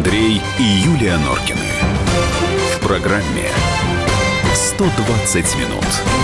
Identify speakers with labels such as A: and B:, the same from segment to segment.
A: Андрей и Юлия Норкины. В программе 120 минут.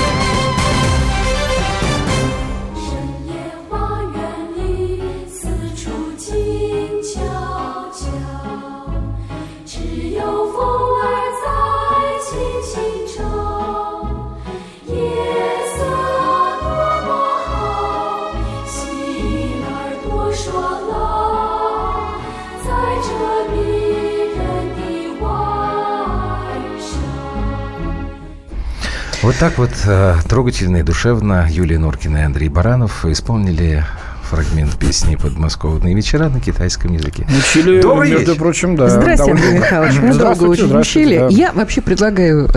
B: Вот так вот трогательно и душевно Юлия Норкина и Андрей Баранов исполнили фрагмент песни «Подмосковные вечера» на китайском языке.
C: Учили,
B: Добрый
C: между
B: вечер.
C: прочим, да.
D: Здравствуйте, Андрей Михайлович. Мы долго очень учили.
C: Да.
D: Я вообще предлагаю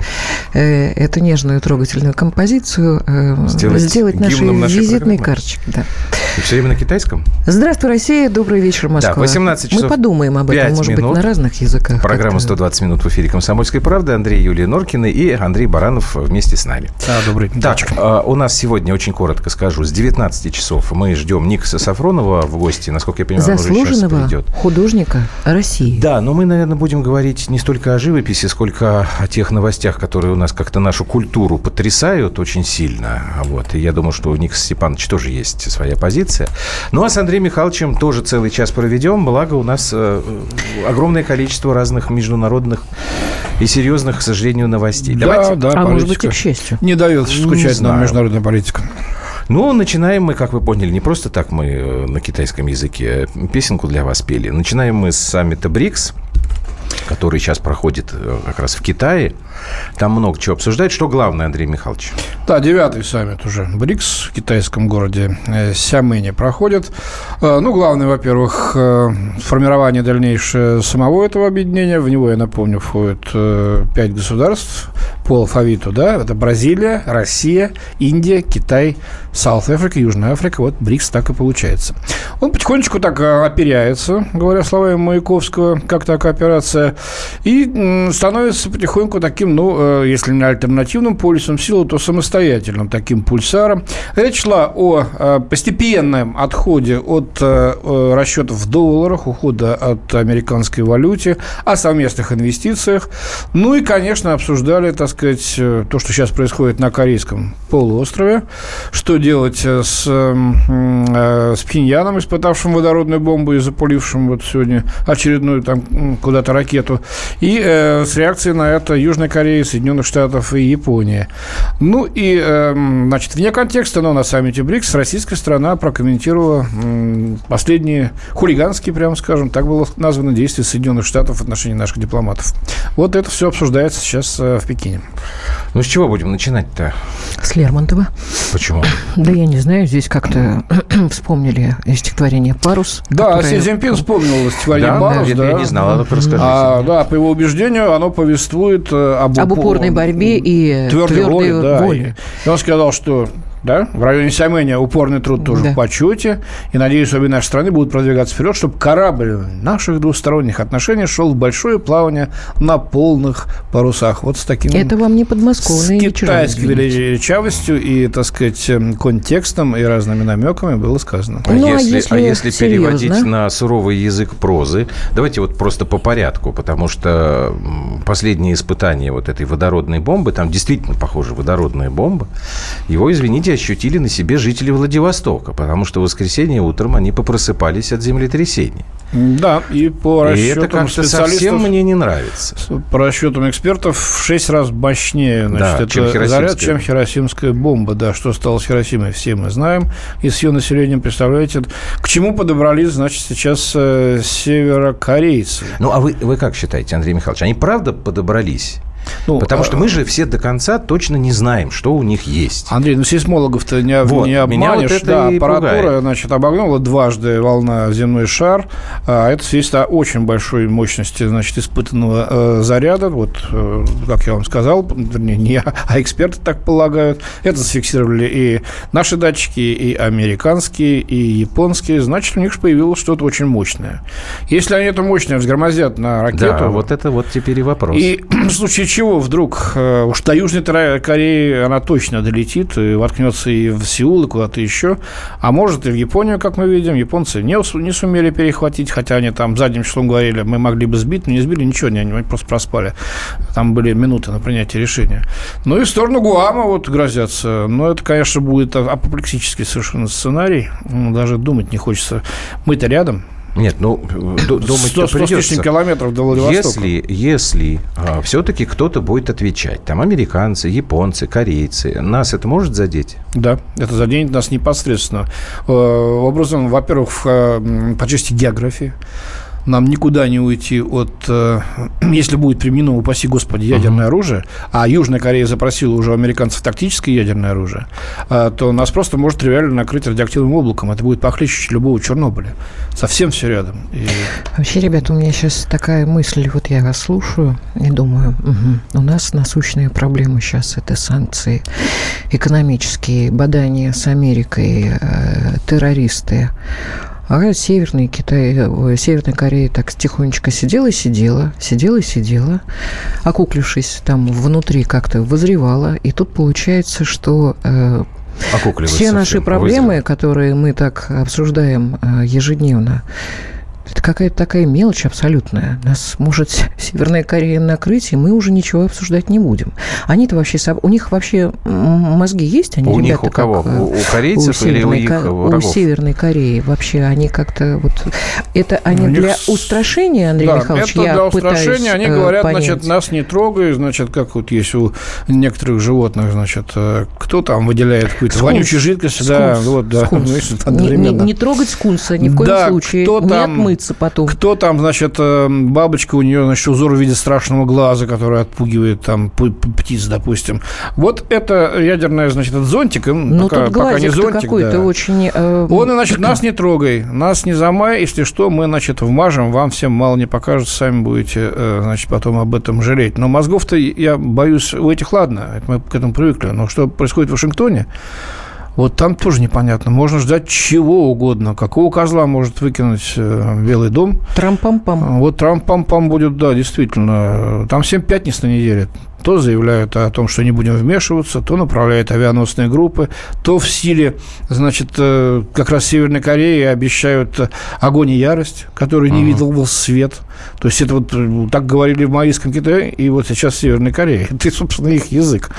D: эту нежную трогательную композицию сделать нашей визитной карточкой. Да.
B: И все время на китайском?
D: Здравствуй, Россия. Добрый вечер, Москва.
B: Да, 18 часов.
D: Мы подумаем об этом, может быть, на разных языках.
B: Программа «120 минут» в эфире «Комсомольской правды». Андрей, Юлия Норкина и Андрей Баранов вместе с нами.
C: Добрый
B: Так, у нас сегодня, очень коротко скажу, с 19 часов мы ждем Никаса Сафронова в гости. Насколько я понимаю, он уже сейчас придет.
D: Художника России.
B: Да, но мы, наверное, будем говорить не столько о живописи, сколько о тех новостях, которые у нас как-то нашу культуру потрясают очень сильно. Вот. И я думаю, что у Никаса Степановича тоже есть своя позиция. Ну, а с Андреем Михайловичем тоже целый час проведем. Благо, у нас огромное количество разных международных и серьезных, к сожалению, новостей.
C: Да,
B: Давайте.
C: да,
D: политика,
C: может
D: быть, и к счастью.
C: Не дает скучать нам международная политика.
B: Ну, начинаем мы, как вы поняли, не просто так мы на китайском языке песенку для вас пели. Начинаем мы с саммита БРИКС, который сейчас проходит как раз в Китае. Там много чего обсуждать. Что главное, Андрей Михайлович?
C: Да, 9-й саммит уже БРИКС в китайском городе Сямэне проходит. Ну, главное, во-первых, формирование дальнейшее самого этого объединения. В него, я напомню, входит 5 государств по алфавиту. Да? Это Бразилия, Россия, Индия, Китай, Саут-Африка, Южная Африка. Вот БРИКС так и получается. Он потихонечку так оперяется, говоря словами Маяковского, как так операция, и становится потихоньку таким, ну, если не альтернативным полюсом силы, то самостоятельным таким пульсаром. Речь шла о постепенном отходе от расчетов в долларах, ухода от американской валюты, о совместных инвестициях. Ну и, конечно, обсуждали, так сказать, то, что сейчас происходит на Корейском полуострове, что делать с Пхеньяном, испытавшим водородную бомбу и запулившим вот сегодня очередную там куда-то ракету, и с реакцией на это Южной Кореи, Соединенных Штатов и Япония. Ну и, значит, вне контекста, но на саммите БРИКС российская сторона прокомментировала последние хулиганские, прямо скажем, так было названо, действия Соединенных Штатов в отношении наших дипломатов. Вот это все обсуждается сейчас в Пекине.
B: Ну, с чего будем начинать-то?
D: С Лермонтова.
B: Почему?
D: Да я не знаю, здесь как-то вспомнили стихотворение «Парус».
C: Да, Си Цзиньпин вспомнил стихотворение «Парус».
B: Да, я не знал, расскажите.
C: Да, по его убеждению, оно повествует об
D: упорной борьбе и твердой воле.
C: И он сказал, что да, в районе Сямэня упорный труд тоже в почете. И, надеюсь, обе наши страны будут продвигаться вперед, чтобы корабль наших двусторонних отношений шел в большое плавание на полных парусах. Вот с таким...
D: Это вам не подмосковные вечера.
C: С китайской величавостью и, так сказать, контекстом и разными намеками было сказано.
B: А если переводить на суровый язык прозы, давайте вот просто по порядку, потому что последние испытания вот этой водородной бомбы, там действительно, похоже, водородная бомба, его, извините, ощутили на себе жители Владивостока, потому что в воскресенье утром они попросыпались от землетрясения.
C: Да, и по расчетам
B: это как-то
C: специалистов...
B: совсем мне не нравится.
C: По расчетам экспертов, в 6 раз мощнее, значит,
B: да,
C: это заряд, чем хиросимская бомба. Да, что стало с Хиросимой, все мы знаем. И с ее населением, представляете, к чему подобрались, значит, сейчас северокорейцы.
B: Ну, а вы как считаете, Андрей Михайлович, они правда подобрались?
C: Ну,
B: потому что мы же все до конца точно не знаем, что у них есть.
C: Андрей, сейсмологов-то не обманешь. Вот да, аппаратура, значит, обогнула дважды волна земной шар. Это свидетельство о очень большой мощности, значит, испытанного заряда. Вот, как я вам сказал, вернее, не я, а эксперты так полагают. Это зафиксировали и наши датчики, и американские, и японские. Значит, у них же появилось что-то очень мощное. Если они это мощное взгромоздят на ракету...
B: Да, вот это вот теперь и вопрос.
C: И в случае чего вдруг уж до Южной Кореи она точно долетит и воткнется и в Сеул, и куда-то еще, а может и в Японию, как мы видим. Японцы не сумели перехватить, хотя они там задним числом говорили, мы могли бы сбить, но не сбили ничего, они просто проспали. Там были минуты на принятие решения. Ну и в сторону Гуама вот грозятся. Но это, конечно, будет апоплексический совершенно сценарий. Даже думать не хочется. Мы-то рядом.
B: Нет, думать-то
C: 100 с лишним километров до Владивостока.
B: Если все-таки кто-то будет отвечать, там американцы, японцы, корейцы, нас это может задеть?
C: Да, это заденет нас непосредственно. Образом, во-первых, по части географии. Нам никуда не уйти от, если будет применено, упаси Господи, ядерное оружие, а Южная Корея запросила уже у американцев тактическое ядерное оружие, то нас просто может тривиально накрыть радиоактивным облаком. Это будет похлеще любого Чернобыля. Совсем все рядом.
D: Вообще, ребята, у меня сейчас такая мысль, вот я вас слушаю и думаю, у нас насущные проблемы сейчас – это санкции экономические, бадания с Америкой, террористы. А Северная Корея так тихонечко сидела, окуклившись там внутри как-то вызревала. И тут получается, что все наши проблемы, которые мы так обсуждаем ежедневно, это какая-то такая мелочь абсолютная. Нас может Северная Корея накрыть, и мы уже ничего обсуждать не будем. Они-то вообще... У них вообще мозги есть? Они,
B: у них у кого? У корейцев или у их врагов?
D: У Северной Кореи. Вообще они как-то... Вот, это они для устрашения, Андрей Михайлович,
C: это для устрашения. Они говорят, понять. Значит, нас не трогай, значит, как вот есть у некоторых животных, значит, кто там выделяет какую-то вонючую жидкость. Да, вот, да.
D: Не трогать скунса ни в коем случае. Не отмыть. Потом.
C: Кто там, значит, бабочка, у нее, значит, узор в виде страшного глаза, который отпугивает там птиц, допустим. Вот это ядерное, значит, этот зонтик, пока не зонтик,
D: какой-то очень...
C: Он, значит, нас не трогай, нас не замай, если что, мы, значит, вмажем, вам всем мало не покажется, сами будете, значит, потом об этом жалеть. Но мозгов-то, я боюсь, у этих ладно, мы к этому привыкли. Но что происходит в Вашингтоне, вот там тоже непонятно. Можно ждать чего угодно. Какого козла может выкинуть Белый дом?
D: Трам-пам-пам.
C: Вот трам-пам-пам будет, да, действительно. Там 7 пятниц на неделе. То заявляют о том, что не будем вмешиваться, то направляют авианосные группы, то в силе, значит, как раз Северной Кореи обещают огонь и ярость, который не видел свет. То есть это вот так говорили в Маоистском Китае, и вот сейчас в Северной Корее. Это, собственно, их язык.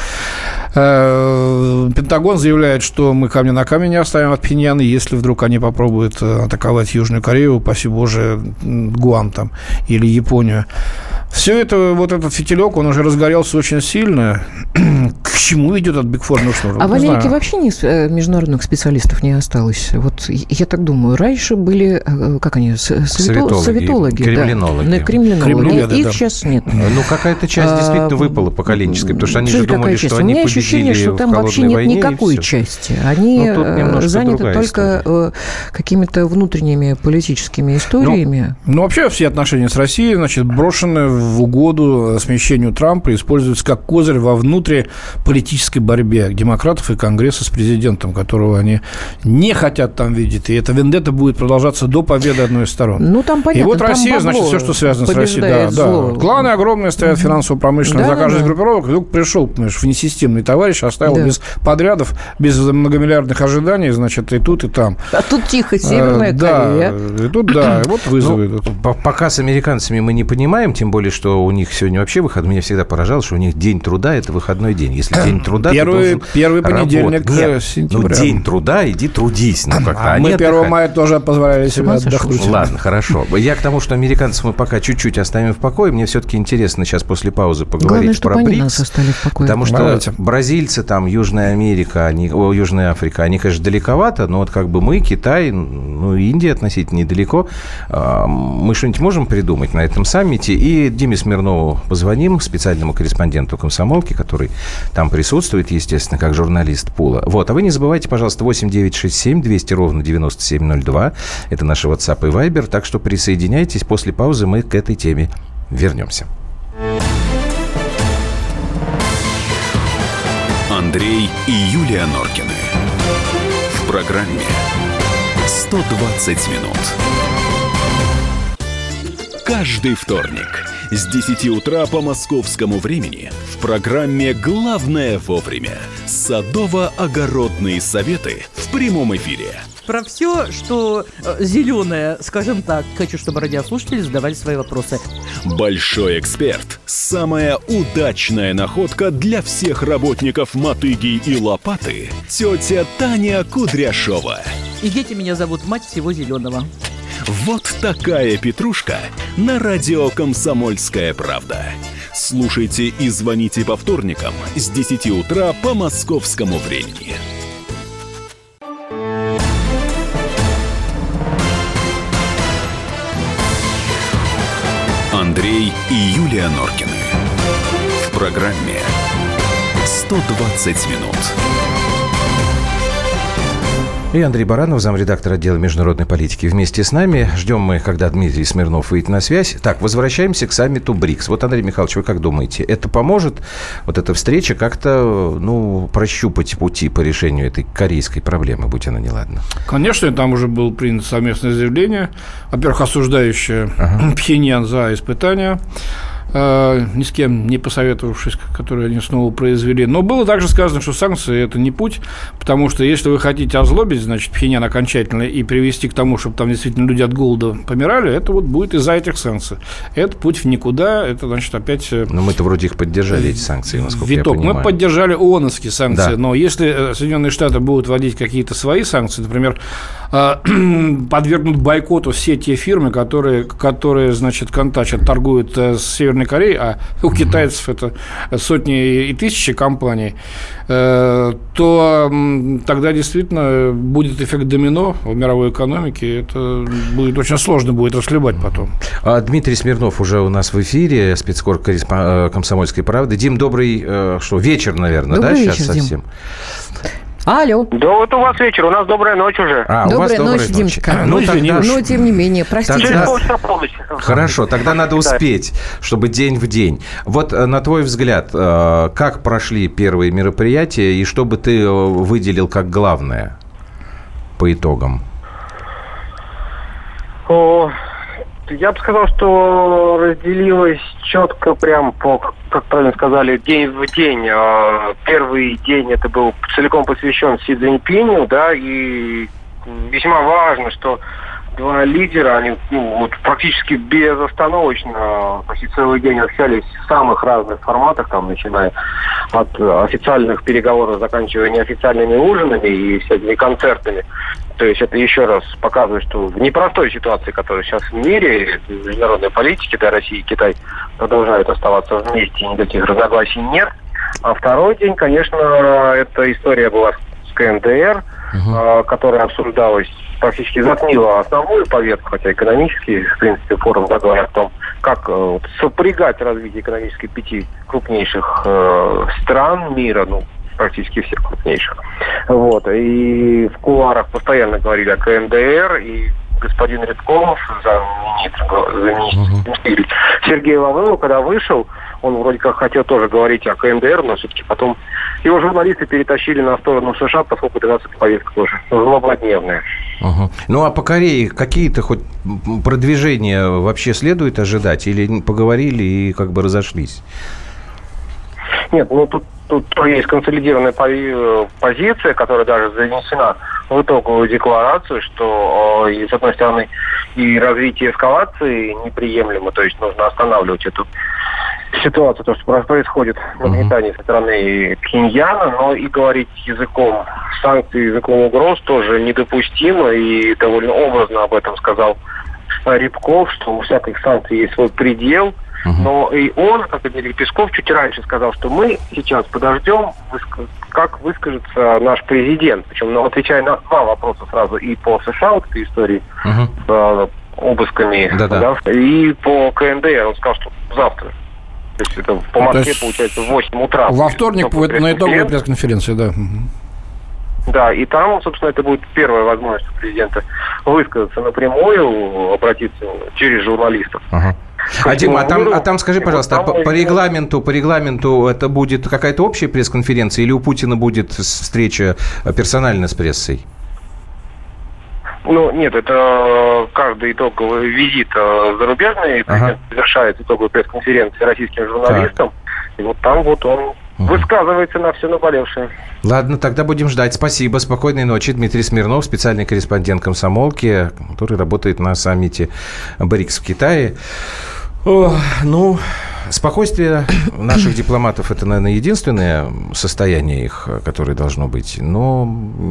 C: Пентагон заявляет, что мы камня на камень не оставим от Пхеньяна, если вдруг они попробуют атаковать Южную Корею, упаси Боже, Гуам там или Японию. Все это, вот этот фитилек, он уже разгорелся очень сильно. К чему идет этот бигфорный шнур?
D: А в Америке вообще международных специалистов не осталось. Вот я так думаю. Раньше были, как они, советологи,
B: кремлинологи.
D: Кремлинологи. Их сейчас нет.
B: Ну, какая-то часть действительно выпала поколенческой, потому что они же думали, что они победили в холодной войне. У меня ощущение, что
D: там вообще нет никакой части. Они заняты только какими-то внутренними политическими историями.
C: Ну, вообще все отношения с Россией, значит, брошены в угоду смещению Трампа, используются как козырь во внутриполитической борьбе демократов и Конгресса с президентом, которого они не хотят там видеть. И эта вендетта будет продолжаться до победы одной из сторон.
D: Ну, там понятно.
C: И вот Россия, значит, все, что связано с Россией. Да. Кланы огромные стоят, финансово-промышленные, за каждой из группировок. Вдруг пришел, понимаешь, внесистемный товарищ, оставил без подрядов, без многомиллиардных ожиданий, значит, и тут, и там.
D: А тут тихо, Северная Корея.
C: Да, и тут, да, вот вызовы.
B: Пока с американцами мы не понимаем, тем более, что у них сегодня вообще выходной. Меня всегда поражало, что у них день труда – это выходной день. Если день труда,
C: первый понедельник сентября.
B: День труда, иди трудись.
C: Мы 1 мая тоже позволяли себе отдохнуть.
B: Ладно, хорошо. Я к тому, что американцев мы пока чуть-чуть оставим в покое. Мне все-таки интересно сейчас после паузы поговорить про БРИКС. Потому что бразильцы, там, Южная Америка, Южная Африка, они, конечно, далековато, но вот как бы мы, Китай, ну, Индия относительно недалеко. Мы что-нибудь можем придумать на этом саммите? И Диме Смирнову позвоним, специальному корреспонденту «Комсомолки», который там присутствует, естественно, как журналист пула. Вот. А вы не забывайте, пожалуйста, 8 9 6 7 200 ровно 9702. Это наши WhatsApp и Viber. Так что присоединяйтесь. После паузы мы к этой теме вернемся.
A: Андрей и Юлия Норкины. В программе 120 минут. Каждый вторник С 10 утра по московскому времени в программе «Главное вовремя» садово-огородные советы в прямом эфире.
E: Про все, что зеленое, скажем так. Хочу, чтобы радиослушатели задавали свои вопросы.
A: Большой эксперт. Самая удачная находка для всех работников мотыги и лопаты. Тетя Таня Кудряшова.
E: И дети меня зовут мать всего зеленого.
A: Вот такая петрушка на радио «Комсомольская правда». Слушайте и звоните по вторникам с 10 утра по московскому времени. Андрей и Юлия Норкины. В программе «120 минут».
B: И Андрей Баранов, замредактор отдела международной политики, вместе с нами. Ждем мы, когда Дмитрий Смирнов выйдет на связь. Так, возвращаемся к саммиту БРИКС. Вот, Андрей Михайлович, вы как думаете, это поможет, вот эта встреча, как-то, прощупать пути по решению этой корейской проблемы, будь она неладна?
C: Конечно, там уже было принято совместное заявление, во-первых, осуждающее Пхеньян за испытания, ни с кем не посоветовавшись, которые они снова произвели. Но было также сказано, что санкции – это не путь, потому что если вы хотите озлобить, значит, Пхеньян окончательно и привести к тому, чтобы там действительно люди от голода помирали, это вот будет из-за этих санкций. Это путь в никуда, это, значит, опять… Но
B: мы-то вроде их поддержали, эти санкции, насколько я понимаю.
C: Мы поддержали ООНовские санкции, да. Но если Соединенные Штаты будут вводить какие-то свои санкции, например, подвергнут бойкоту все те фирмы, которые значит, контачат, торгуют с Северной Кореей, а у китайцев это сотни и тысячи компаний, то тогда действительно будет эффект домино в мировой экономике, это будет очень сложно будет расхлебать потом.
B: Дмитрий Смирнов уже у нас в эфире, спецкор-корреспондент «Комсомольской правды». Дим, добрый вечер, наверное,
D: добрый
B: да,
D: вечер,
B: сейчас
D: Дим.
B: совсем?
D: Алло.
F: Да вот у вас вечер, у нас добрая ночь уже.
D: Добрая ночь, Димочка. Но тем не менее, простите.
B: Хорошо, тогда надо успеть, чтобы день в день. Вот на твой взгляд, как прошли первые мероприятия и что бы ты выделил как главное по итогам?
F: Я бы сказал, что разделилось четко прям по, как правильно сказали, день в день. Первый день это был целиком посвящен Си Цзиньпиню, да, и весьма важно, что два лидера, они практически безостановочно почти целый день общались в самых разных форматах, там, начиная от официальных переговоров, заканчивая неофициальными ужинами и всякими концертами. То есть это еще раз показывает, что в непростой ситуации, которая сейчас в мире, в международной политике, да, Россия и Китай продолжают оставаться вместе, и никаких разногласий нет. А второй день, конечно, эта история была с КНДР, которая обсуждалась, практически затмила основную повестку, хотя экономический, в принципе, форум говорит о том, как сопрягать развитие экономически 5 крупнейших стран мира, практически всех крупнейших. Вот. И в кулуарах постоянно говорили о КНДР, и господин Рябков, заместитель Сергея Лаврова, когда вышел, он вроде как хотел тоже говорить о КНДР, но все-таки потом его журналисты перетащили на сторону США, поскольку 12 повестка тоже злободневная.
B: Ну, а по Корее какие-то хоть продвижения вообще следует ожидать? Или поговорили и как бы разошлись?
F: Нет, тут есть консолидированная позиция, которая даже занесена в итоговую декларацию, что, с одной стороны, и развитие эскалации неприемлемо, то есть нужно останавливать эту ситуацию, то, что происходит на нагнетании со стороны Пхеньяна, но и говорить языком санкций, языком угроз тоже недопустимо, и довольно образно об этом сказал Рябков, что у всяких санкций есть свой предел. Но и он, как и Дмитрий Песков, чуть раньше сказал, что мы сейчас подождем, как выскажется наш президент. Причем, отвечая на два вопроса сразу, и по США, вот этой истории с обысками, да, и по КНДР. Он сказал, что завтра. То есть это по Москве, получается, в 8 утра.
C: Во вторник будет на итоговой пресс-конференции, да.
F: Да, и там, собственно, это будет первая возможность у президента высказаться напрямую, обратиться через журналистов.
B: Дим, а там скажи, пожалуйста, по регламенту это будет какая-то общая пресс-конференция или у Путина будет встреча персонально с прессой?
F: Ну, нет, это каждый итоговый визит зарубежный завершает итоговую пресс-конференцию российским журналистам. И вот там вот он высказывается на все наболевшее.
B: Ладно, тогда будем ждать. Спасибо. Спокойной ночи. Дмитрий Смирнов, специальный корреспондент «Комсомолки», который работает на саммите БРИКС в Китае. Спокойствие наших дипломатов – это, наверное, единственное состояние их, которое должно быть. Но,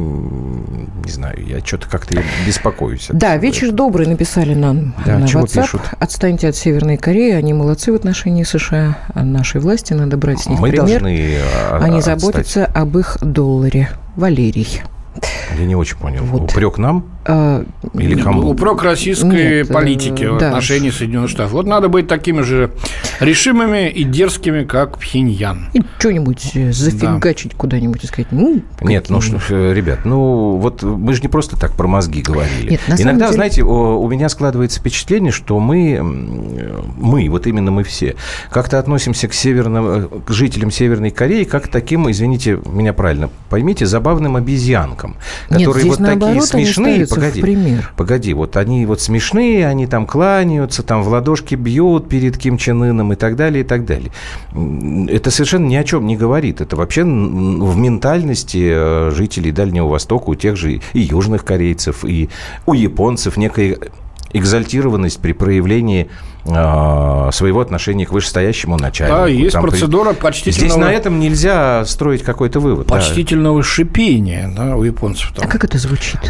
B: не знаю, я что-то как-то беспокоюсь.
D: Да, вечер добрый написали нам на WhatsApp. Пишут? Отстаньте от Северной Кореи, они молодцы в отношении США. А нашей власти надо брать с них пример.
B: Должны
D: они заботятся об их долларе. Валерий.
B: Я не очень понял. Вот. Упрек нам? Или кому?
C: Упрек российской политики в отношении Соединенных Штатов. Вот надо быть такими же решимыми и дерзкими, как Пхеньян.
D: И что-нибудь зафигачить куда-нибудь и сказать,
B: Нет, ребят, вот мы же не просто так про мозги говорили. Нет, иногда, деле... знаете, у меня складывается впечатление, что мы, вот именно мы все, как-то относимся к жителям Северной Кореи как к таким, извините меня правильно, поймите, забавным обезьянкам, которые вот такие смешные. Погоди, вот они вот смешные, они там кланяются, там в ладошки бьют перед Ким Чен Ыном и так далее, и так далее. Это совершенно ни о чем не говорит. Это вообще в ментальности жителей Дальнего Востока, у тех же и южных корейцев, и у японцев некая экзальтированность при проявлении своего отношения к вышестоящему начальнику.
C: Да, есть там процедура почтительного...
B: Здесь на этом нельзя строить какой-то вывод.
C: Почтительного шипения, у японцев.
D: А как это звучит?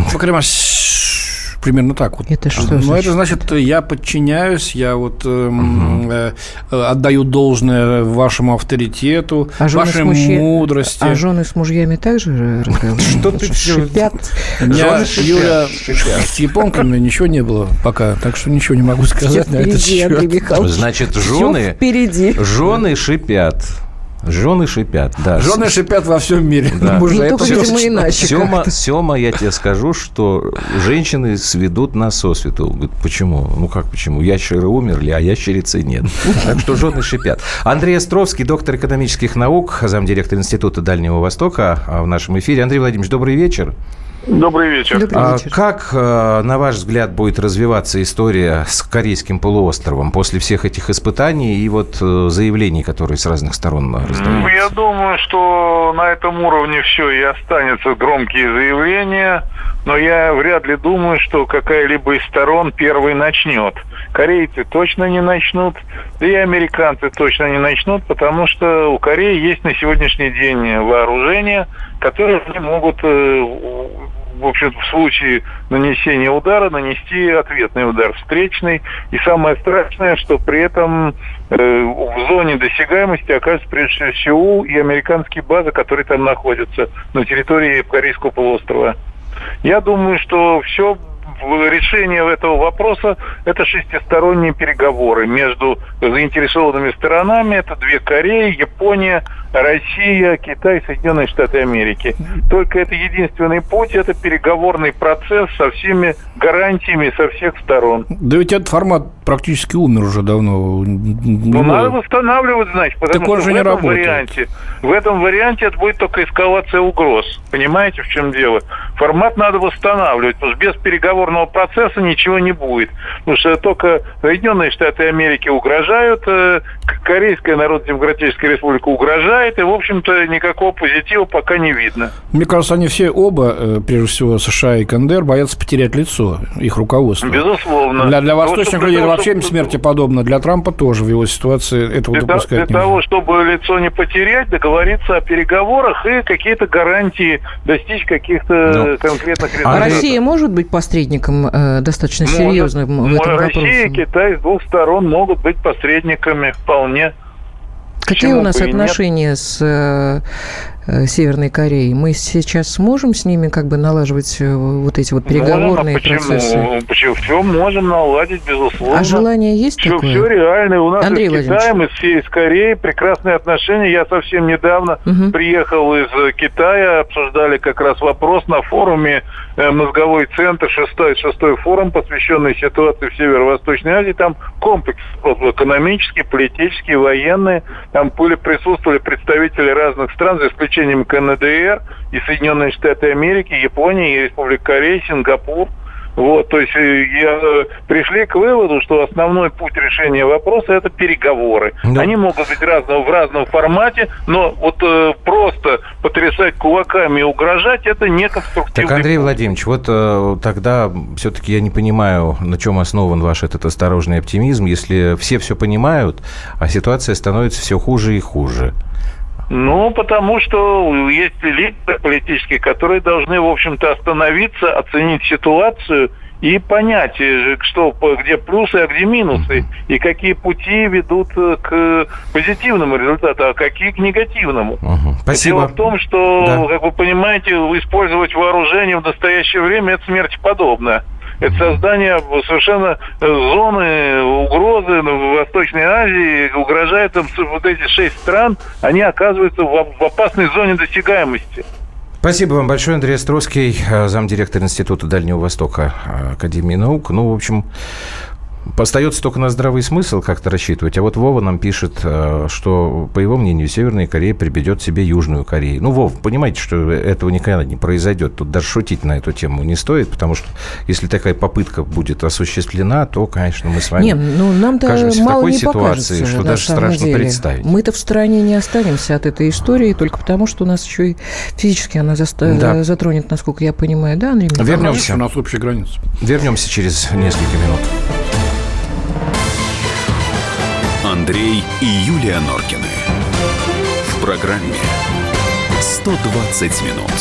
C: Примерно так вот.
D: Это что значит?
C: Это значит, я подчиняюсь, я вот отдаю должное вашему авторитету, вашей мудрости.
D: А жены с мужьями также
B: что ты
D: шипят?
C: У меня, Юля, с японками ничего не было пока, так что ничего не могу сказать на этот счет.
B: Значит, жены шипят. Жены шипят, да.
C: Жены шипят во всем мире.
B: Да.
D: Только, видимо, иначе.
B: Сема, я тебе скажу, что женщины сведут нас сосвету. Говорит, почему? Как почему? Ящеры умерли, а ящерицы нет. Так что жены шипят. Андрей Островский, доктор экономических наук, замдиректор Института Дальнего Востока в нашем эфире. Андрей Владимирович, добрый вечер.
G: Добрый вечер.
B: Как, на ваш взгляд, будет развиваться история с Корейским полуостровом после всех этих испытаний и вот заявлений, которые с разных сторон раздаются?
G: Я думаю, что на этом уровне все и останется громкие заявления, но я вряд ли думаю, что какая-либо из сторон первой начнет. Корейцы точно не начнут, да и американцы точно не начнут, потому что у Кореи есть на сегодняшний день вооружение, которые они могут, в общем, в случае нанесения удара, нанести ответный удар встречный. И самое страшное, что при этом в зоне досягаемости окажется прежде всего Сеул и американские базы, которые там находятся на территории Корейского полуострова. Я думаю, что все решение этого вопроса – это шестисторонние переговоры между заинтересованными сторонами. Это две Кореи, Япония, Россия, Китай, Соединенные Штаты Америки. Только это единственный путь, это переговорный процесс со всеми гарантиями со всех сторон.
C: Да ведь этот формат практически умер уже давно.
G: Надо восстанавливать, значит, потому что в этом варианте это будет только эскалация угроз. Понимаете, в чем дело? Формат надо восстанавливать, потому что без переговорного процесса ничего не будет. Потому что только Соединенные Штаты Америки угрожают, Корейская Народно-Демократическая Республика угрожает, и, в общем-то, никакого позитива пока не видно.
C: Мне кажется, они все оба, прежде всего США и КНДР, боятся потерять лицо, их руководство.
G: Безусловно.
C: Для восточных людей вообще смерти подобно. Для Трампа тоже в его ситуации этого допускать нельзя.
G: Для того, чтобы лицо не потерять, договориться о переговорах и какие-то гарантии достичь каких-то конкретных результатов.
D: А Россия может быть посредником достаточно серьезным в этом вопросе?
G: Россия и Китай с двух сторон могут быть посредниками вполне.
D: Какие у нас отношения с Северной Кореей? Мы сейчас сможем с ними как бы налаживать вот эти вот переговорные процессы?
G: Почему? Все можем наладить, безусловно.
D: А желание есть такое?
G: Все реально. У нас
D: Андрей
G: и с Китаем, и с Кореей прекрасные отношения. Я совсем недавно приехал из Китая, обсуждали как раз вопрос на форуме «Мозговой центр», шестой форум, посвященный ситуации в Северо-Восточной Азии. Там комплекс экономический, политический, военный. Там присутствовали представители разных стран, за исключением КНДР, и Соединенные Штаты Америки, Япония, и Республика Корея, Сингапур. Вот, то есть пришли к выводу, что основной путь решения вопроса – это переговоры. Они могут быть в разном формате, но вот просто потрясать кулаками и угрожать – это не конструктивно.
B: Так, Андрей Владимирович, вот тогда все-таки я не понимаю, на чем основан ваш этот осторожный оптимизм, если все понимают, а ситуация становится все хуже и хуже.
G: Ну, потому что есть лидеры политические, которые должны, в общем-то, остановиться, оценить ситуацию и понять, что, где плюсы, а где минусы, и какие пути ведут к позитивному результату, а какие к негативному.
B: Спасибо.
G: Дело в том, что, как вы понимаете, использовать вооружение в настоящее время – это смертеподобно. Это создание совершенно зоны угрозы в Восточной Азии. Угрожает им вот эти 6 стран, они оказываются в опасной зоне досягаемости.
B: Спасибо вам большое, Андрей Островский, замдиректора Института Дальнего Востока Академии наук. Ну, в общем, остается только на здравый смысл как-то рассчитывать. А вот Вова нам пишет, что, по его мнению, Северная Корея прибедет себе Южную Корею. Ну, Вов, понимаете, что этого никогда не произойдет. Тут даже шутить на эту тему не стоит, потому что если такая попытка будет осуществлена, то, конечно, мы с вами окажемся в такой ситуации, что даже страшно представить.
D: Мы-то в стороне не останемся от этой истории, только потому, что у нас еще и физически она затронет, насколько я понимаю. Да, Андрей Михайлович?
B: Вернемся.
C: У нас общая граница.
B: Вернемся через несколько минут.
A: Андрей и Юлия Норкины. В программе «120 минут».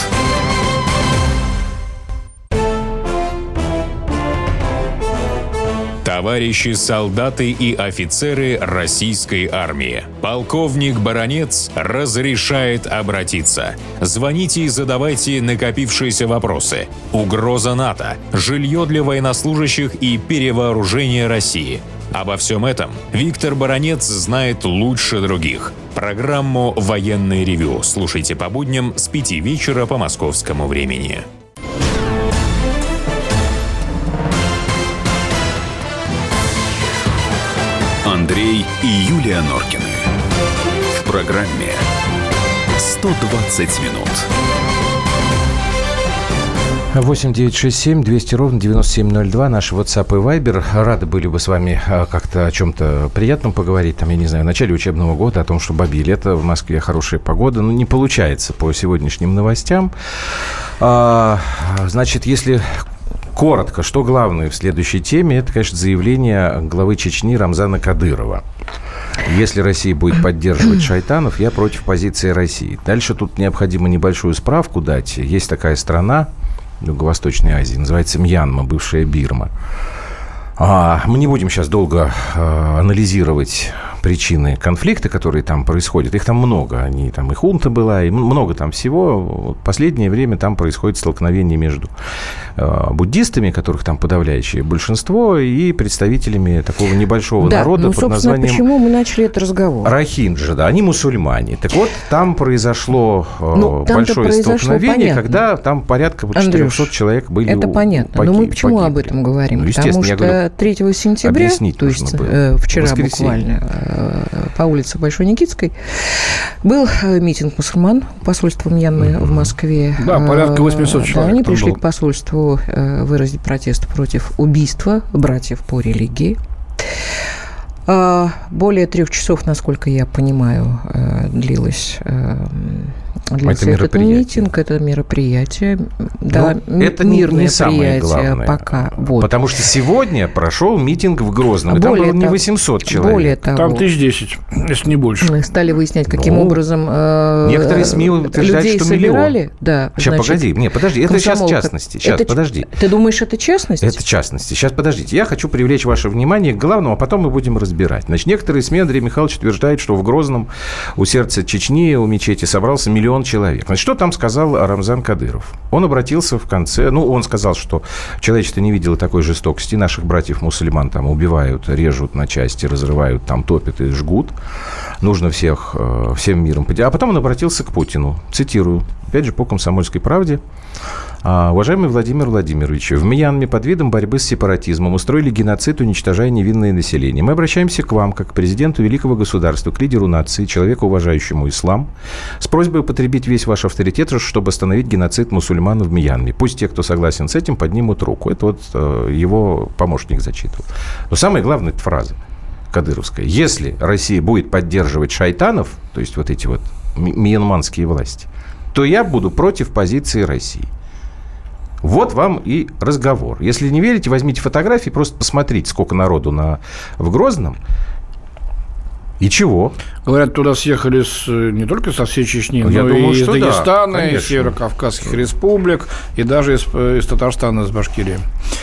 H: Товарищи солдаты и офицеры российской армии. Полковник Баранец разрешает обратиться. Звоните и задавайте накопившиеся вопросы. Угроза НАТО, жилье для военнослужащих и перевооружение России. Обо всем этом Виктор Баранец знает лучше других. Программу «Военное ревю» слушайте по будням с 5 вечера по московскому времени.
A: Андрей и Юлия Норкины. В программе «120 минут».
B: 8-967-200-97-02, наш WhatsApp и Viber. Рады были бы с вами как-то о чем-то приятном поговорить. Там, я не знаю, в начале учебного года, о том, что бабье лето, в Москве хорошая погода. Но не получается по сегодняшним новостям. Значит, если коротко, что главное в следующей теме, это, конечно, заявление главы Чечни Рамзана Кадырова. Если Россия будет поддерживать шайтанов, я против позиции России. Дальше тут необходимо небольшую справку дать. Есть такая страна в Юго-Восточной Азии, называется Мьянма, бывшая Бирма. Мы не будем сейчас долго анализировать причины конфликта, которые там происходят. Их там много. И хунта была, и много там всего. В последнее время там происходит столкновение между буддистами, которых там подавляющее большинство, и представителями такого небольшого народа под названием...
D: почему мы начали этот разговор?
B: Рохинджи, да, они мусульмане. Так вот, там произошло большое столкновение, когда там порядка 400 человек были.
D: Это понятно. Но мы почему об этом говорим? Потому что 3 сентября, то есть вчера буквально, по улице Большой Никитской, был митинг мусульман посольства Мьянмы в Москве.
C: Да, порядка 800 человек.
D: Они пришли к посольству выразить протест против убийства братьев по религии. Более 3 часов, насколько я понимаю, длился этот митинг, это мероприятие. Да,
B: это не самое главное.
D: Пока.
B: Потому что сегодня прошел митинг в Грозном. И там было не 800 человек.
D: Более того,
C: там 1010, если не больше.
D: Мы стали выяснять, каким образом
B: некоторые СМИ утверждают, что
D: собирали.
B: Миллион. Да, сейчас, подожди. Это сейчас частности. Сейчас, подожди.
D: Ты думаешь, это частности?
B: Это частности. Сейчас, подождите. Я хочу привлечь ваше внимание к главному, а потом мы будем разбирать. Значит, некоторые СМИ, Андрей Михайлович утверждает, что в Грозном, у сердца Чечни, у мечети собрался 1 миллион человек. Значит, что там сказал Рамзан Кадыров? Он обратился в конце... он сказал, что человечество не видело такой жестокости. Наших братьев-мусульман там убивают, режут на части, разрывают, там топят и жгут. Нужно всем миром... А потом он обратился к Путину. Цитирую. Опять же, по «Комсомольской правде». Уважаемый Владимир Владимирович, в Мьянме под видом борьбы с сепаратизмом устроили геноцид, уничтожая невинное население. Мы обращаемся к вам, как к президенту великого государства, к лидеру нации, человеку, уважающему ислам, с просьбой употребить весь ваш авторитет, чтобы остановить геноцид мусульман в Мьянме. Пусть те, кто согласен с этим, поднимут руку. Это вот его помощник зачитывал. Но самая главная фраза кадыровская. Если Россия будет поддерживать шайтанов, то есть вот эти вот мьянманские власти, то я буду против позиции России. Вот вам и разговор. Если не верите, возьмите фотографии, просто посмотрите, сколько народу в Грозном. И чего?
C: Говорят, туда съехали не только со всей Чечни, но и из Дагестана, из Северо-Кавказских республик, и даже из Татарстана, из Башкирии.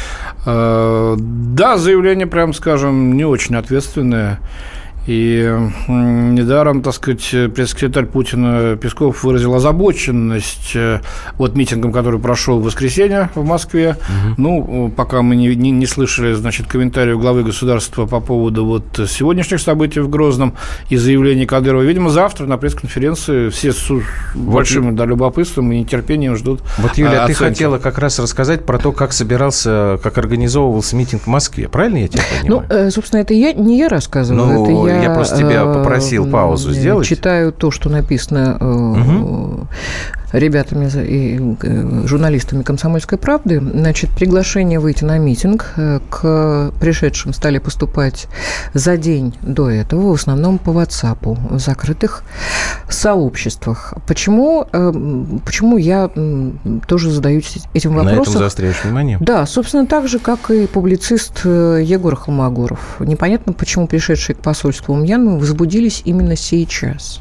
C: Да, заявление, прям скажем, не очень ответственное. И недаром, так сказать, пресс-секретарь Путина Песков выразил озабоченность вот митингом, который прошел в воскресенье в Москве. Ну, пока мы не слышали, значит, комментариев главы государства по поводу вот сегодняшних событий в Грозном и заявлений Кадырова. Видимо, завтра на пресс-конференции все с большим любопытством и нетерпением ждут.
B: Вот, Юля, ты хотела как раз рассказать про то, как организовывался митинг в Москве. Правильно я тебя понимаю?
D: Ну, собственно, это не я рассказывала, это
B: я просто тебя попросил паузу сделать.
D: Читаю то, что написано ребятами и журналистами «Комсомольской правды». Значит, приглашения выйти на митинг к пришедшим стали поступать за день до этого, в основном по WhatsApp, в закрытых сообществах. Почему я тоже задаюсь этим вопросом?
B: На этом заостряешь внимание?
D: Да, собственно, так же, как и публицист Егор Холмогоров. Непонятно, почему пришедшие к посольству Мьянмы возбудились именно сейчас.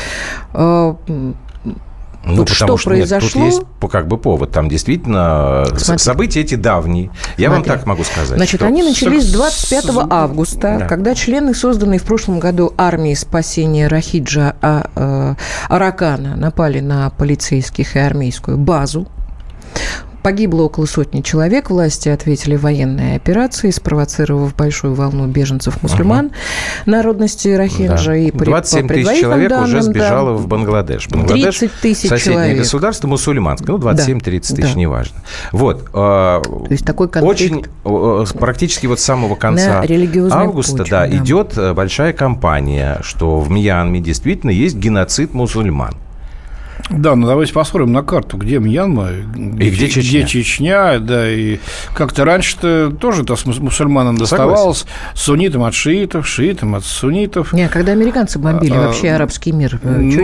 B: Ну,
D: что произошло?
B: Тут есть как бы повод. Там действительно события эти давние. Я вам так могу сказать.
D: Значит, они начались 25 августа, когда члены, созданные в прошлом году армии спасения Рахиджа Аракана, напали на полицейских и армейскую базу. Погибло около сотни человек. Власти ответили военной операцией, спровоцировав большую волну беженцев-мусульман народности Рохинджа. Да.
B: И 27 тысяч человек уже сбежало в Бангладеш. Бангладеш
D: 30 тысяч
B: соседнее
D: человек.
B: Государство мусульманское. Ну, 27-30 тысяч, неважно. Вот.
D: То есть такой конфликт
B: очень, практически вот с самого конца августа идет большая кампания, что в Мьянме действительно есть геноцид мусульман.
C: Да, ну давайте посмотрим на карту, где Мьянма,
B: где
C: Чечня, да, и как-то раньше-то тоже-то с мусульманам доставалось, суннитам от шиитов, шиитам от суннитов.
D: Нет, когда американцы бомбили вообще арабский мир,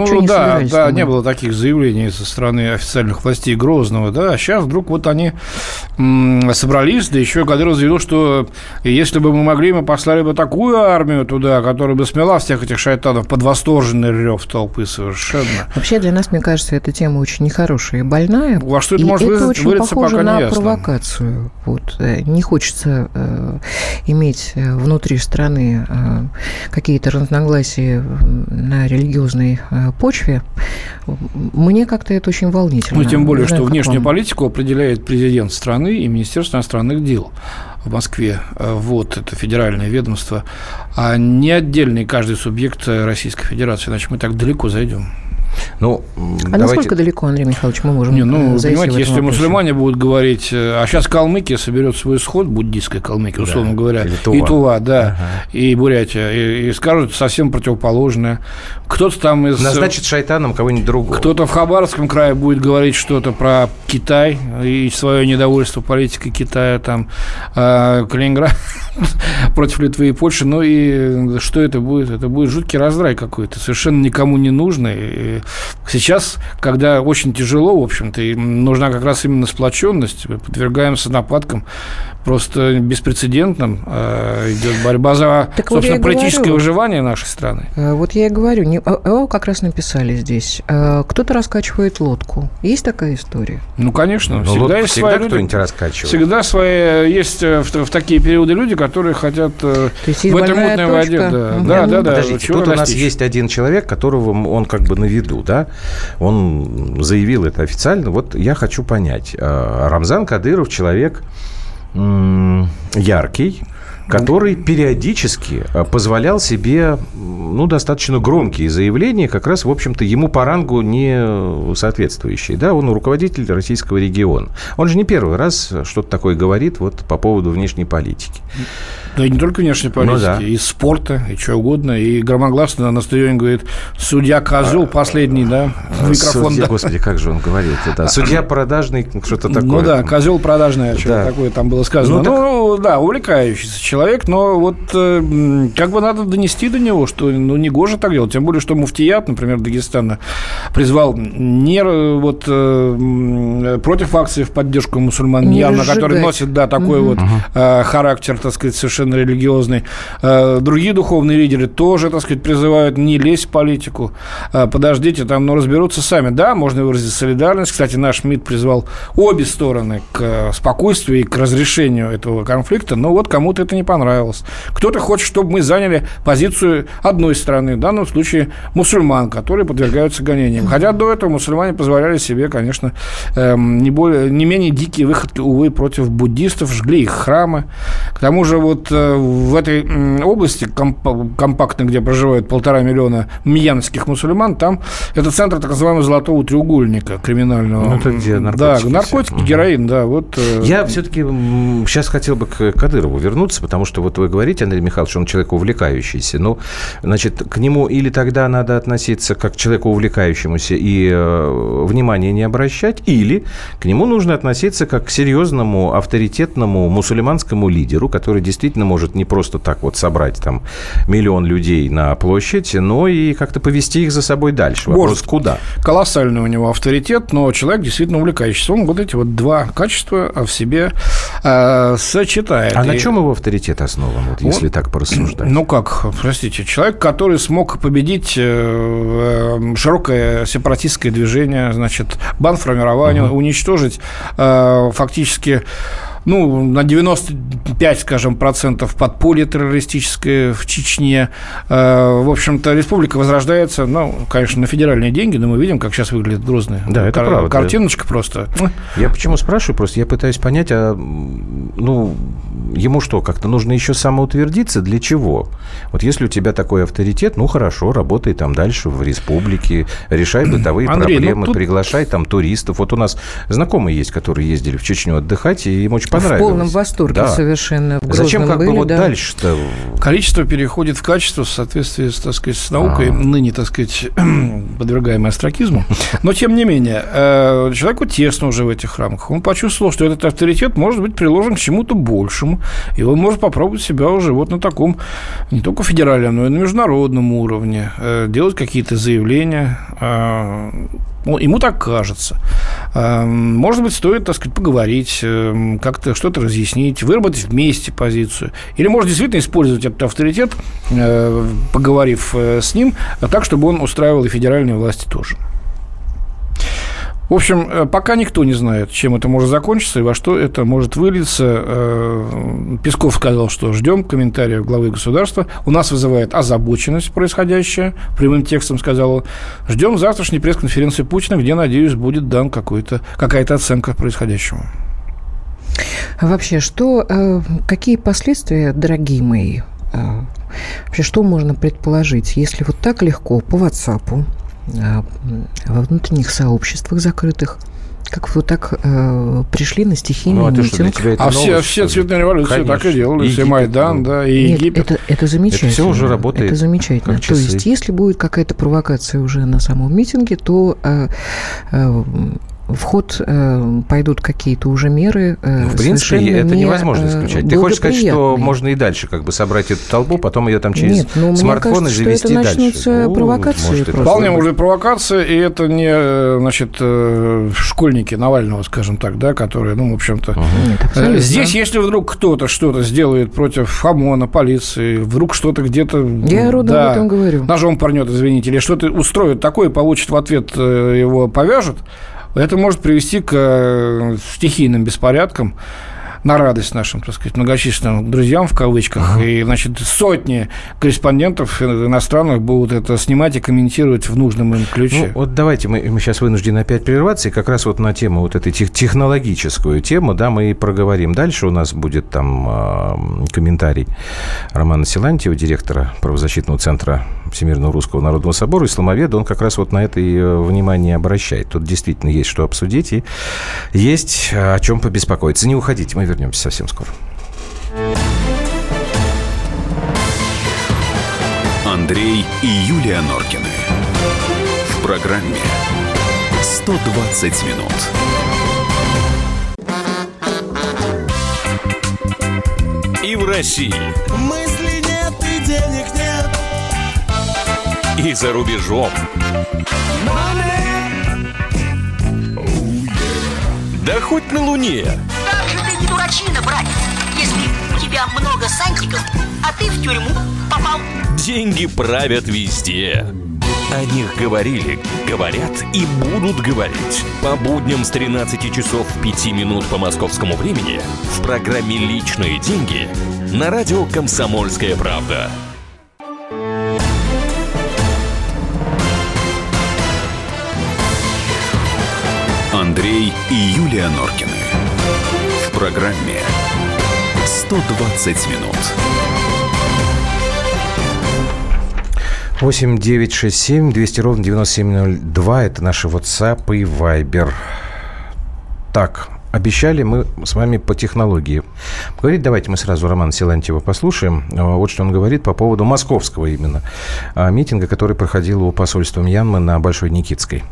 C: не было таких заявлений со стороны официальных властей Грозного, да, а сейчас вдруг вот они собрались, да еще Кадыров заявил, что если бы мы могли, мы послали бы такую армию туда, которая бы смела всех этих шайтанов под восторженный рев толпы совершенно.
D: Вообще для нас, мне кажется, эта тема очень нехорошая и больная.
C: Во что это может
D: очень похоже на провокацию. Вот. Не хочется иметь внутри страны какие-то разногласия на религиозной почве. Мне как-то это очень волнительно.
C: Ну, тем более, что внешнюю политику определяет президент страны и Министерство иностранных дел в Москве. Вот, это федеральное ведомство, а не отдельный каждый субъект Российской Федерации, иначе мы так далеко зайдем.
B: Ну,
D: насколько далеко, Андрей Михайлович, мы можем зайти
C: понимаете, если мусульмане будут говорить, а сейчас Калмыкия соберет свой сход, буддийская Калмыкия, условно говоря, и Тува, да, и Бурятия, и скажут совсем противоположное. Кто-то там
B: назначит шайтаном кого-нибудь другого.
C: Кто-то в Хабаровском крае будет говорить что-то про Китай и свое недовольство политикой Китая, там, Калининград против Литвы и Польши, ну и что это будет? Это будет жуткий раздрай какой-то, совершенно никому не нужный. Сейчас, когда очень тяжело, в общем-то, и нужна как раз именно сплоченность, мы подвергаемся нападкам просто беспрецедентным. Идет борьба за, собственно, политическое выживание нашей страны.
D: Вот я и говорю, как раз написали здесь. Кто-то раскачивает лодку. Есть такая история?
C: Ну, конечно.
B: Всегда кто-нибудь раскачивает.
C: Всегда есть в такие периоды люди, которые хотят в этой мутной воде. Да.
B: Подождите, тут у нас есть один человек, которого он как бы на виду, да? Он заявил это официально. Вот я хочу понять. Рамзан Кадыров человек яркий, который периодически позволял себе, ну, достаточно громкие заявления, как раз, в общем-то, ему по рангу не соответствующие. Да, он руководитель российского региона. Он же не первый раз что-то такое говорит вот по поводу внешней политики.
C: Да и не только внешней политики, да. И спорта, и чего угодно. И громогласно на стадионе говорит: судья козел последний, да, микрофон.
B: Судья, да. Господи, как же он говорит? Да. Судья продажный, что-то такое.
C: Ну да, козел продажный, что-то такое там было сказано. Ну, да, увлекающийся человек, но вот как бы надо донести до него, что ну, не гоже так делать. Тем более, что муфтият, например, Дагестана, призвал не вот против акции в поддержку мусульман, явно, которые носят, да, такой вот характер, так сказать, совершенно религиозный. Другие духовные лидеры тоже, так сказать, призывают не лезть в политику. Подождите, там, ну, разберутся сами. Да, можно выразить солидарность. Кстати, наш МИД призвал обе стороны к спокойствию и к разрешению этого конфликта, но вот кому-то это не понравилось. Кто-то хочет, чтобы мы заняли позицию одной страны, в данном случае мусульман, которые подвергаются гонениям. Хотя до этого мусульмане позволяли себе, конечно, не менее дикие выходки, увы, против буддистов, жгли их храмы. К тому же вот в этой области, компактно, где проживают 1,5 миллиона мьянских мусульман, там это центр так называемого золотого треугольника криминального.
B: Ну, это где наркотики?
C: Да, наркотики, героин, да. Вот.
B: Я все-таки сейчас хотел бы к Кадырову вернуться, потому что вот вы говорите, Андрей Михайлович, он человек увлекающийся. Ну, значит, к нему или тогда надо относиться как к человеку увлекающемуся и внимания не обращать, или к нему нужно относиться как к серьезному, авторитетному мусульманскому лидеру, который действительно может не просто так вот собрать там 1 миллион людей на площадь, но и как-то повести их за собой дальше. Вопрос, куда?
C: Колоссальный у него авторитет, но человек действительно увлекающийся. Он вот эти вот два качества в себе сочетает.
B: А на чем его авторитет основан, вот, если так порассуждать?
C: Ну как, простите, человек, который смог победить широкое сепаратистское движение, значит, бандформирование, уничтожить фактически... Ну, на 95, скажем, процентов подполье террористическое в Чечне. В общем-то, республика возрождается, ну, конечно, на федеральные деньги, но мы видим, как сейчас выглядит Грозный.
B: Да, это правда.
C: Картиночка просто.
B: Я почему спрашиваю? Просто я пытаюсь понять, ну, ему что, как-то нужно еще самоутвердиться? Для чего? Вот если у тебя такой авторитет, ну, хорошо, работай там дальше в республике, решай бытовые проблемы, приглашай там туристов. Вот у нас знакомые есть, которые ездили в Чечню отдыхать, и им очень понравилось.
D: В полном восторге совершенно. В
B: Зачем как бы вот дальше-то?
C: Количество переходит в качество в соответствии, так сказать, с наукой, ныне, так сказать, подвергаемой астракизму. Но, тем не менее, человеку тесно уже в этих рамках. Он почувствовал, что этот авторитет может быть приложен к чему-то большему, и он может попробовать себя уже вот на таком, не только федеральном, но и на международном уровне, делать какие-то заявления. Ему так кажется. Может быть, стоит, так сказать, поговорить, как-то что-то разъяснить, выработать вместе позицию. Или, может, действительно использовать этот авторитет, поговорив с ним, так, чтобы он устраивал и федеральные власти тоже. В общем, пока никто не знает, чем это может закончиться и во что это может вылиться. Песков сказал, что ждем комментариев главы государства. У нас вызывает озабоченность происходящее. Прямым текстом сказал он. Ждем завтрашней пресс-конференции Путина, где, надеюсь, будет дан какая-то оценка происходящему.
D: Вообще, какие последствия, дорогие мои, вообще, что можно предположить, если вот так легко по WhatsApp, во внутренних сообществах закрытых, как вот так пришли на стихийный митинг.
C: Все цветные революции так и делали. Все Майдан, да, и Египет.
D: Это замечательно.
B: Это все уже работает.
D: Это замечательно. То есть, если будет какая-то провокация уже на самом митинге, то в ход пойдут какие-то уже меры.
B: В принципе, это невозможно исключать. Ты хочешь сказать, что можно и дальше как бы собрать эту толпу, потом ее там через смартфоны завести дальше?
D: Нет, мне кажется, что это начнутся провокации.
C: Вполне может быть провокация, и это не, значит, школьники Навального, скажем так, да, которые, ну, в общем-то... Здесь, если вдруг кто-то что-то сделает против ОМОНа, полиции, вдруг что-то где-то...
D: Я ровно об этом говорю.
C: Ножом порнет, извините, или что-то устроит такое, получит в ответ, его повяжут, это может привести к стихийным беспорядкам. на радость нашим, так сказать, многочисленным друзьям, в кавычках, и, значит, сотни корреспондентов иностранных будут это снимать и комментировать в нужном им ключе.
B: Ну, вот давайте, мы сейчас вынуждены опять прерваться, и как раз вот на тему вот этой технологическую тему, да, мы и проговорим. Дальше у нас будет там комментарий Романа Силантьева, директора правозащитного центра Всемирного Русского Народного Собора, исламоведа. Он как раз вот на это и внимание обращает. Тут действительно есть что обсудить и есть о чем побеспокоиться. Не уходите, мы вернемся совсем скоро.
A: Андрей и Юлия Норкины. В программе 120 минут.
H: И в России.
I: Мысли нет и денег нет.
H: И за рубежом. Да хоть на Луне.
J: Как же ты не дурачина, братец, если у тебя много сантиков, а ты в тюрьму попал.
H: Деньги правят везде. О них говорили, говорят и будут говорить. По будням с 13 часов 5 минут по московскому времени в программе «Личные деньги» на радио «Комсомольская правда».
A: Андрей и Юлия Норкины. В программе 120 минут.
B: 8 9 6 7 200 ровно 9702. Это наши WhatsApp и Viber. Так, обещали мы с вами по технологии. Говорит, давайте мы сразу Романа Силантьева послушаем. Вот что он говорит по поводу московского именно митинга, который проходил у посольства Мьянмы на Большой Никитской.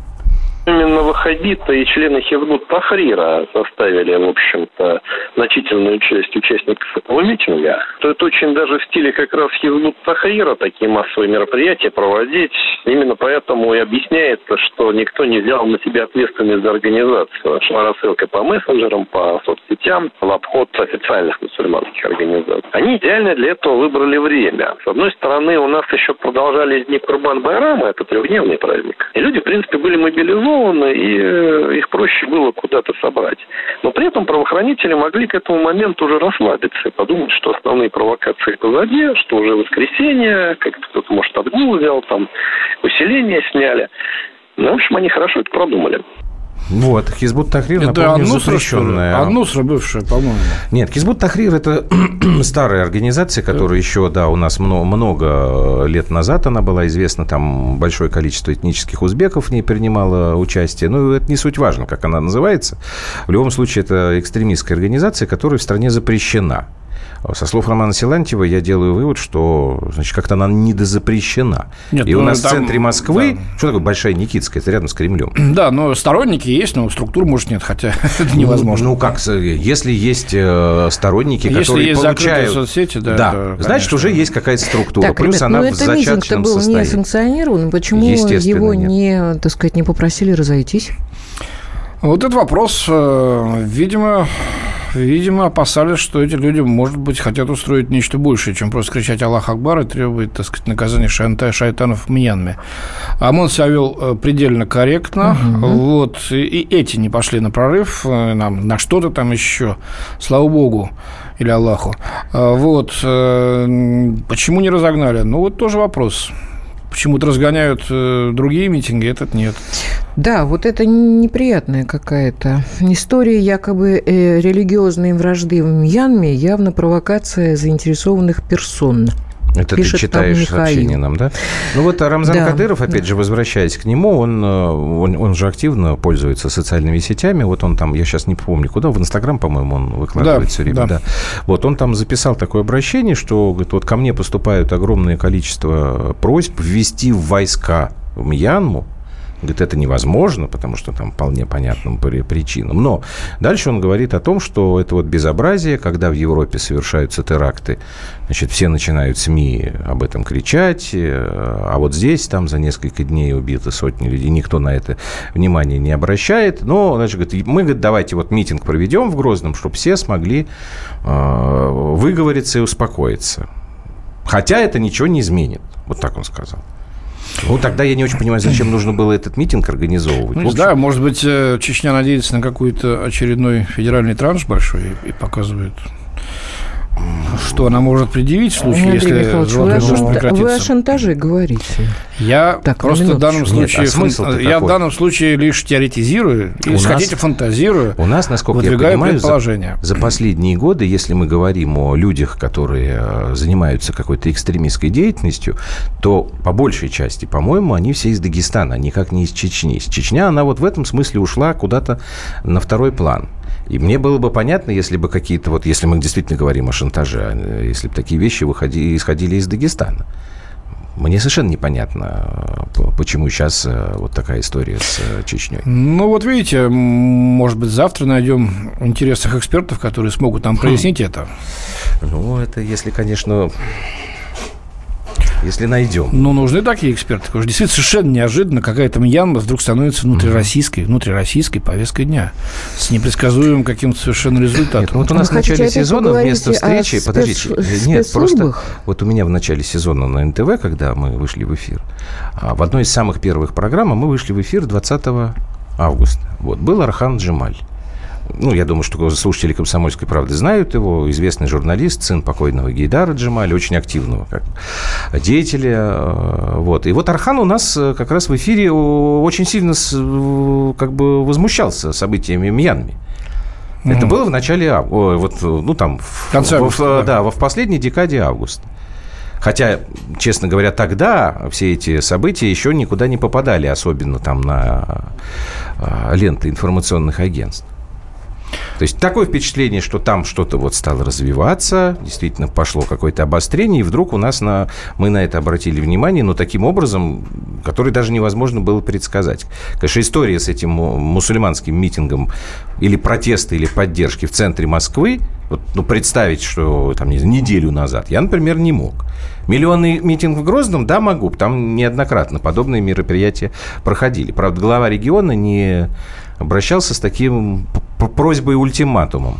K: Именно ваххабиты и члены Хизбут Тахрира составили, в общем-то, значительную часть участников этого митинга. То это очень даже в стиле как раз Хизбут Тахрира такие массовые мероприятия проводить. Именно поэтому и объясняется, что никто не взял на себя ответственность за организацию. Рассылка по мессенджерам, по соцсетям, в обход официальных мусульманских организаций. Они идеально для этого выбрали время. С одной стороны, у нас еще продолжались дни Курбан-Байрама, это трехдневный праздник. И люди, в принципе, были мобилизованы, и их проще было куда-то собрать. Но при этом правоохранители могли к этому моменту уже расслабиться и подумать, что основные провокации позади, что уже воскресенье, как-то кто-то, может, отгул взял, там, усиление сняли. Ну, в общем, они хорошо это продумали.
B: Вот, Хизбут Тахрир, напомню, запрещенная.
C: Ан-Нусра бывшая, по-моему.
B: Нет, Хизбут Тахрир – это старая организация, которая еще, да, у нас много лет назад она была известна, там большое количество этнических узбеков в ней принимало участие. Ну, это не суть важно, как она называется. В любом случае, это экстремистская организация, которая в стране запрещена. Со слов Романа Силантьева я делаю вывод, что, значит, как-то она недозапрещена. Нет, и у нас там, в центре Москвы... Да. Что такое Большая Никитская? Это рядом с Кремлем. Да,
C: но сторонники есть, но структур, может, нет, хотя это невозможно.
B: Ну, как, если есть сторонники,
C: если
B: которые
C: есть
B: получают...
C: соцсети, да,
B: да, значит, уже есть какая-то структура.
D: Так,
B: плюс
D: ребят,
B: она в зачаточном
D: состоянии. Это был не санкционирован. Почему его не, так сказать, не попросили разойтись?
C: Вот этот вопрос, видимо, опасались, что эти люди, может быть, хотят устроить нечто большее, чем просто кричать «Аллах Акбар» и требовать, так сказать, наказания шайтанов в Мьянме. ОМОН себя вел предельно корректно. Вот, и эти не пошли на прорыв, на что-то там еще, слава богу, или Аллаху. Вот, почему не разогнали? Ну, вот тоже вопрос. Почему-то разгоняют другие митинги, этот нет.
D: Да, вот это неприятная какая-то история якобы религиозной вражды в Мьянме, явно провокация заинтересованных персон.
B: Это ты читаешь сообщение нам, да? Ну вот Рамзан Кадыров, опять же, возвращаясь к нему, он же активно пользуется социальными сетями. Вот он там, я сейчас не помню куда, в Инстаграм, по-моему, он выкладывает все время. Да. Вот он там записал такое обращение, что говорит, вот ко мне поступает огромное количество просьб ввести войска в Мьянму. Говорит, это невозможно, потому что там вполне понятным причинам. Но дальше он говорит о том, что это вот безобразие, когда в Европе совершаются теракты, значит, все начинают СМИ об этом кричать, а вот здесь там за несколько дней убиты сотни людей, никто на это внимания не обращает. Но, значит, говорит, мы, говорит, давайте вот митинг проведем в Грозном, чтобы все смогли выговориться и успокоиться. Хотя это ничего не изменит. Вот так он сказал. Ну, тогда я не очень понимаю, зачем нужно было этот митинг организовывать.
C: Ну, не знаю, может быть, Чечня надеется на какой-то очередной федеральный транш большой и показывает, что она может предъявить в случае, если золотой дождь прекратится.
D: Вы о шантаже говорите.
C: Я просто в данном случае, лишь теоретизирую, если хотите, фантазирую.
B: У нас, насколько я понимаю, за последние годы, если мы говорим о людях, которые занимаются какой-то экстремистской деятельностью, то по большей части, по-моему, они все из Дагестана, никак не из Чечни. Чечня, она вот в этом смысле ушла куда-то на второй план. И мне было бы понятно, если бы какие-то, вот если мы действительно говорим о шантаже, если бы такие вещи исходили из Дагестана. Мне совершенно непонятно, почему сейчас вот такая история с Чечней.
C: Ну, вот видите, может быть, завтра найдем интересных экспертов, которые смогут нам прояснить это.
B: Ну, это если, конечно... Если найдем.
C: Ну, нужны такие эксперты. Потому что действительно совершенно неожиданно какая-то Мьянма вдруг становится внутрироссийской повесткой дня. С непредсказуемым каким-то совершенно результатом.
B: Нет, вот у нас в начале сезона вместо встречи... Подождите. Нет, просто... Вот у меня в начале сезона на НТВ, когда мы вышли в эфир, в одной из самых первых программ мы вышли в эфир 20 августа. Вот, был Орхан Джемаль. Ну, я думаю, что слушатели «Комсомольской правды» знают его. Известный журналист, сын покойного Гейдара Джемаля, очень активного как деятеля. Вот. И вот Орхан у нас как раз в эфире очень сильно как бы возмущался событиями в Мьянме. Это было в начале августа. В последней декаде августа. Хотя, честно говоря, тогда все эти события еще никуда не попадали, особенно там на ленты информационных агентств. То есть такое впечатление, что там что-то вот стало развиваться, действительно пошло какое-то обострение, и вдруг у нас мы на это обратили внимание, но таким образом, который даже невозможно было предсказать. Конечно, история с этим мусульманским митингом или протеста, или поддержки в центре Москвы, вот, представить, что там неделю назад, я, например, не мог. Миллионный митинг в Грозном, да, могу, там неоднократно подобные мероприятия проходили. Правда, глава региона не обращался с таким просьбой и ультиматумом.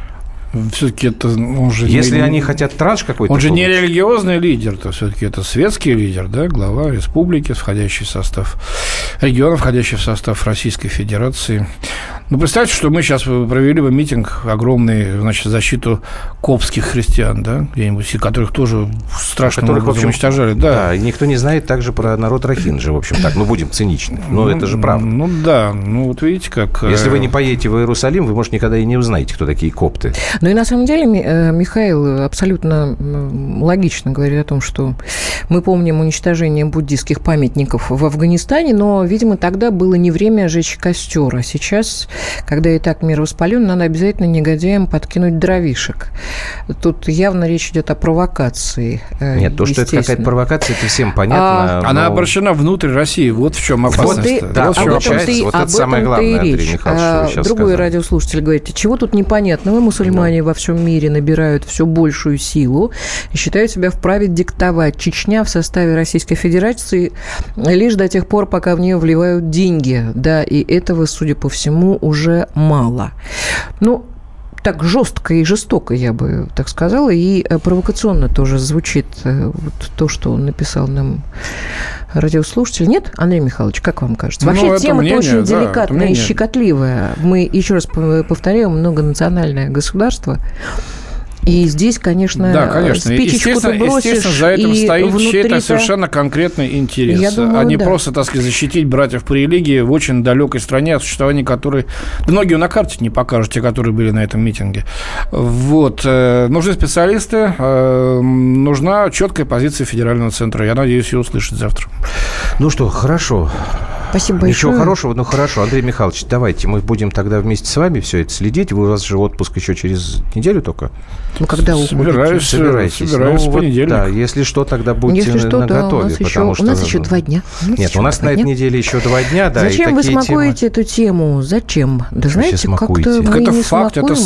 C: Все-таки это...
B: Если они хотят транш какой-то...
C: Он же не религиозный лидер, то все-таки это светский лидер, да, глава республики, входящий в состав региона, входящий в состав Российской Федерации. Ну, представьте, что мы сейчас провели бы митинг огромный, значит, в защиту коптских христиан, да, где-нибудь, которых тоже страшно уничтожали.
B: Да, и никто не знает также про народ Рохинджи, в общем, так, будем циничны. Но это же правда.
C: Ну, да, вот видите, как...
B: Если вы не поедете в Иерусалим, вы, может, никогда и не узнаете, кто такие копты.
D: Ну, и на самом деле Михаил абсолютно логично говорит о том, что мы помним уничтожение буддийских памятников в Афганистане, но, видимо, тогда было не время жечь костер, а сейчас, когда и так мир воспален, надо обязательно негодяям подкинуть дровишек. Тут явно речь идет о провокации.
B: Нет, то, что это какая-то провокация, это всем понятно.
C: Она обращена внутрь России. Вот в чем опасность.
B: Вот это самое главное, Андрей Михайлович.
D: Другой радиослушатель говорит, чего тут непонятного? Мусульмане во всем мире набирают все большую силу и считают себя вправе диктовать. Чечня в составе Российской Федерации лишь до тех пор, пока в нее вливают деньги. Да, и этого, судя по всему, уже мало. Ну, так жестко и жестоко, я бы так сказала, и провокационно тоже звучит вот то, что он написал нам радиослушатель. Нет, Андрей Михайлович, как вам кажется? Вообще тема-то очень деликатная и щекотливая. Мы, еще раз повторяем, многонациональное государство. И здесь, конечно,
C: да, конечно.
D: спичечку-то бросишь,
C: естественно, за этим стоит чей-то совершенно конкретный интерес. Не просто, так сказать, защитить братьев по религии в очень далекой стране, о существовании которой... Да многие на карте не покажут, те, которые были на этом митинге. Вот. Нужны специалисты, нужна четкая позиция федерального центра. Я надеюсь, ее услышать завтра.
B: Ну что, хорошо.
D: Спасибо большое.
B: Ничего хорошего, но хорошо. Андрей Михайлович, давайте мы будем тогда вместе с вами все это следить. У вас же отпуск еще через неделю только.
D: Ну, когда
C: собираюсь в понедельник.
B: Да, если что, тогда будьте наготове.
D: У нас еще 2 дня.
B: Нет, у нас на этой неделе еще 2 дня. Да,
D: зачем вы смакуете эту тему? Зачем? Да знаете, как-то мы
C: это
D: не
C: факт, это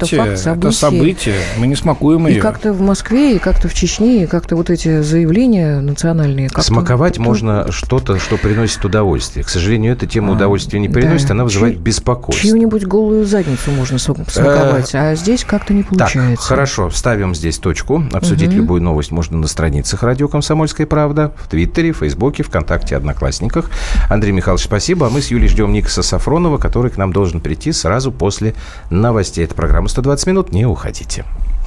C: событие. Мы не смакуем ее.
D: И как-то в Москве, и как-то в Чечне, и как-то вот эти заявления национальные.
B: Смаковать можно что-то, что приносит удовольствие. удовольствие. К сожалению, эта тема удовольствия не приносит, она вызывает беспокойство.
D: Чью-нибудь голую задницу можно смаковать, а здесь как-то не получается.
B: Так, хорошо, ставим здесь точку. Обсудить любую новость можно на страницах «Радио Комсомольская правда», в Твиттере, Фейсбуке, ВКонтакте, Одноклассниках. Андрей Михайлович, спасибо. А мы с Юлей ждем Никаса Сафронова, который к нам должен прийти сразу после новостей. Это программа «120 минут». Не уходите.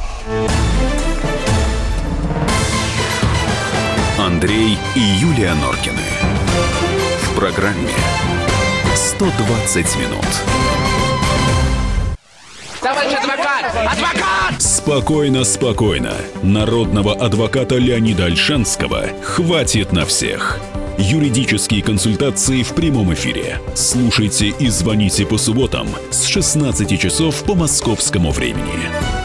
A: Андрей и Юлия Норкины. В программе «120 минут».
L: Товарищ адвокат! Адвокат!
A: Спокойно, спокойно. Народного адвоката Леонида Ольшанского хватит на всех. Юридические консультации в прямом эфире. Слушайте и звоните по субботам с 16 часов по московскому времени.